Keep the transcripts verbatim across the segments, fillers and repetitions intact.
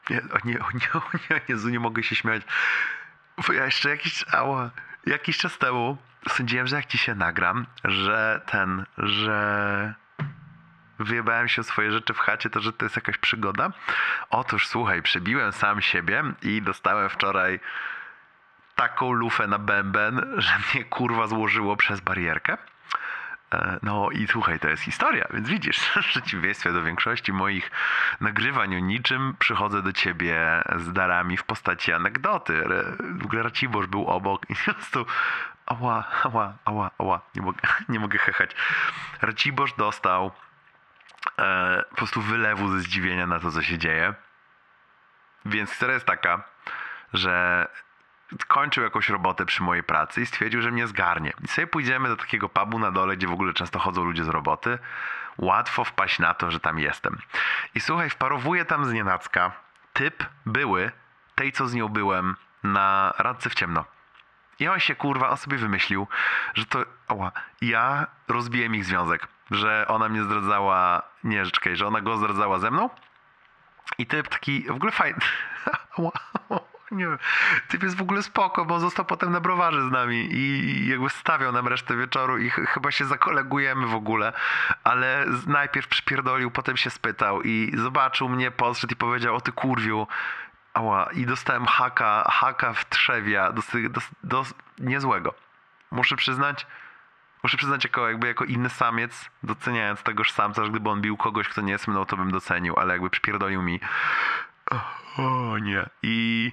Nie, o nie, o nie, o nie, Jezu, nie mogę się śmiać. Bo ja jeszcze jakiś, ała, jakiś czas temu sądziłem, że jak ci się nagram, że ten, że wyjebałem się o swoje rzeczy w chacie, to że to jest jakaś przygoda. Otóż słuchaj, przebiłem sam siebie i dostałem wczoraj taką lufę na bęben, że mnie kurwa złożyło przez barierkę. No i słuchaj, to jest historia, więc widzisz, w przeciwieństwie do większości moich nagrywań o niczym, przychodzę do ciebie z darami w postaci anegdoty. W ogóle Raciborz był obok i po prostu ała, ała, ała, ała, nie mogę, nie mogę hechać. Raciborz dostał e, po prostu wylewu ze zdziwienia na to, co się dzieje. Więc historia jest taka, że kończył jakąś robotę przy mojej pracy i stwierdził, że mnie zgarnie. I sobie pójdziemy do takiego pubu na dole, gdzie w ogóle często chodzą ludzie z roboty. Łatwo wpaść na to, że tam jestem. I słuchaj, wparowuję tam znienacka typ były, tej co z nią byłem, na randce w ciemno. I on się kurwa, on sobie wymyślił, że to, oła, ja rozbiłem ich związek. Że ona mnie zdradzała, nie, że czekaj, że ona go zdradzała ze mną. I typ taki, w ogóle fajny. Nie wiem, typ jest w ogóle spoko, bo on został potem na browarze z nami i jakby stawiał nam resztę wieczoru i ch- chyba się zakolegujemy w ogóle, ale z- najpierw przypierdolił, potem się spytał i zobaczył mnie, podszedł i powiedział: o ty kurwiu, ała, i dostałem haka, haka w trzewia, dos, dos, dos, niezłego. Muszę przyznać, muszę przyznać jako, jakby jako inny samiec, doceniając tegoż samca, że gdyby on bił kogoś, kto nie jest mną, to bym docenił, ale jakby przypierdolił mi. O nie. I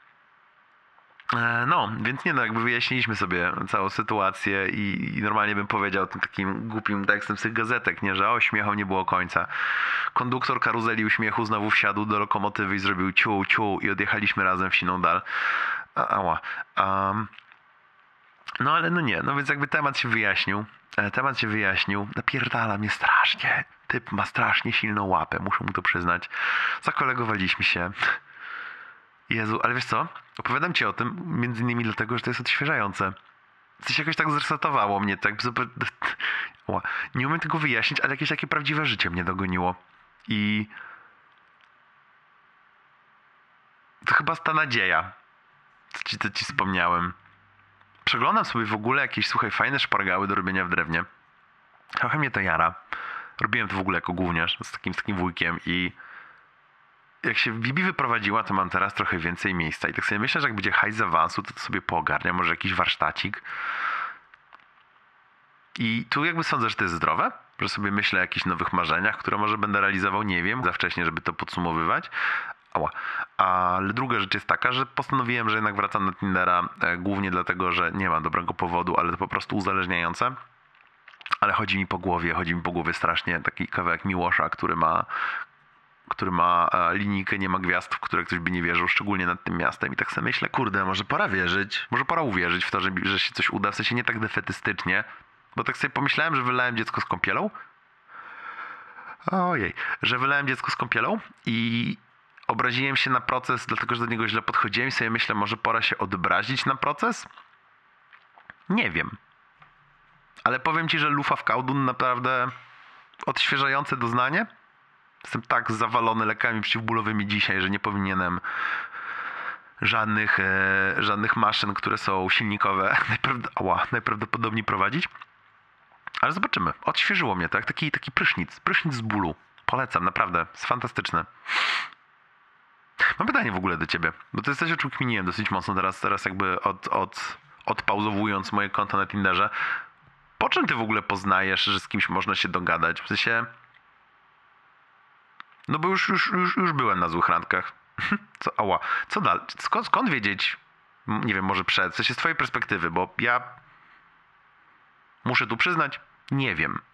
no, więc nie no, jakby wyjaśniliśmy sobie całą sytuację i, i normalnie bym powiedział tym takim głupim tekstem z tych gazetek, nie, że o, śmiechu nie było końca. Konduktor karuzeli uśmiechu znowu wsiadł do lokomotywy i zrobił ciu, ciu i odjechaliśmy razem w siną dal. A, ała. Um, no ale no nie, no więc jakby temat się wyjaśnił. Temat się wyjaśnił. Napierdala mnie strasznie. Typ ma strasznie silną łapę, muszę mu to przyznać. Zakolegowaliśmy się. Jezu, ale wiesz co? Opowiadam ci o tym między innymi dlatego, że to jest odświeżające. Coś jakoś tak zresetowało mnie, tak nie umiem tego wyjaśnić, ale jakieś takie prawdziwe życie mnie dogoniło. I to chyba ta nadzieja, co ci, co ci wspomniałem. Przeglądam sobie w ogóle jakieś, słuchaj, fajne szpargały do robienia w drewnie. Trochę mnie to jara. Robiłem to w ogóle jako gówniarz z takim, z takim wujkiem i jak się Bibi wyprowadziła, to mam teraz trochę więcej miejsca. I tak sobie myślę, że jak będzie hajs z awansu, to to sobie poogarnia, może jakiś warsztacik. I tu jakby sądzę, że to jest zdrowe, że sobie myślę o jakichś nowych marzeniach, które może będę realizował, nie wiem, za wcześnie, żeby to podsumowywać. Ała. Ale druga rzecz jest taka, że postanowiłem, że jednak wracam na Tindera e, głównie dlatego, że nie ma dobrego powodu, ale to po prostu uzależniające. Ale chodzi mi po głowie, chodzi mi po głowie strasznie taki kawałek Miłosza, który ma który ma linijkę, nie ma gwiazd, w które ktoś by nie wierzył, szczególnie nad tym miastem. I tak sobie myślę, kurde, może pora wierzyć, może pora uwierzyć w to, że, że się coś uda, w sensie nie tak defetystycznie, bo tak sobie pomyślałem, że wylałem dziecko z kąpielą. Ojej, że wylałem dziecko z kąpielą i obraziłem się na proces, dlatego, że do niego źle podchodziłem i sobie myślę, może pora się obrazić na proces? Nie wiem. Ale powiem ci, że lufa w kałdun naprawdę odświeżające doznanie. Jestem tak zawalony lekami przeciwbólowymi dzisiaj, że nie powinienem żadnych, e, żadnych maszyn, które są silnikowe, najprawd- ała, najprawdopodobniej prowadzić. Ale zobaczymy. Odświeżyło mnie, tak? Taki, taki prysznic. Prysznic z bólu. Polecam, naprawdę. Jest fantastyczne. Mam pytanie w ogóle do ciebie, bo to jest coś, o czym kminiłem dosyć mocno teraz, teraz jakby od, od, odpauzowując moje konto na Tinderze. Po czym ty w ogóle poznajesz, że z kimś można się dogadać? W sensie... No bo już, już, już, już byłem na złych randkach. Co, ała, co dalej? Skąd, skąd wiedzieć? Nie wiem, może przed, w sensie z twojej perspektywy, bo ja muszę tu przyznać, nie wiem.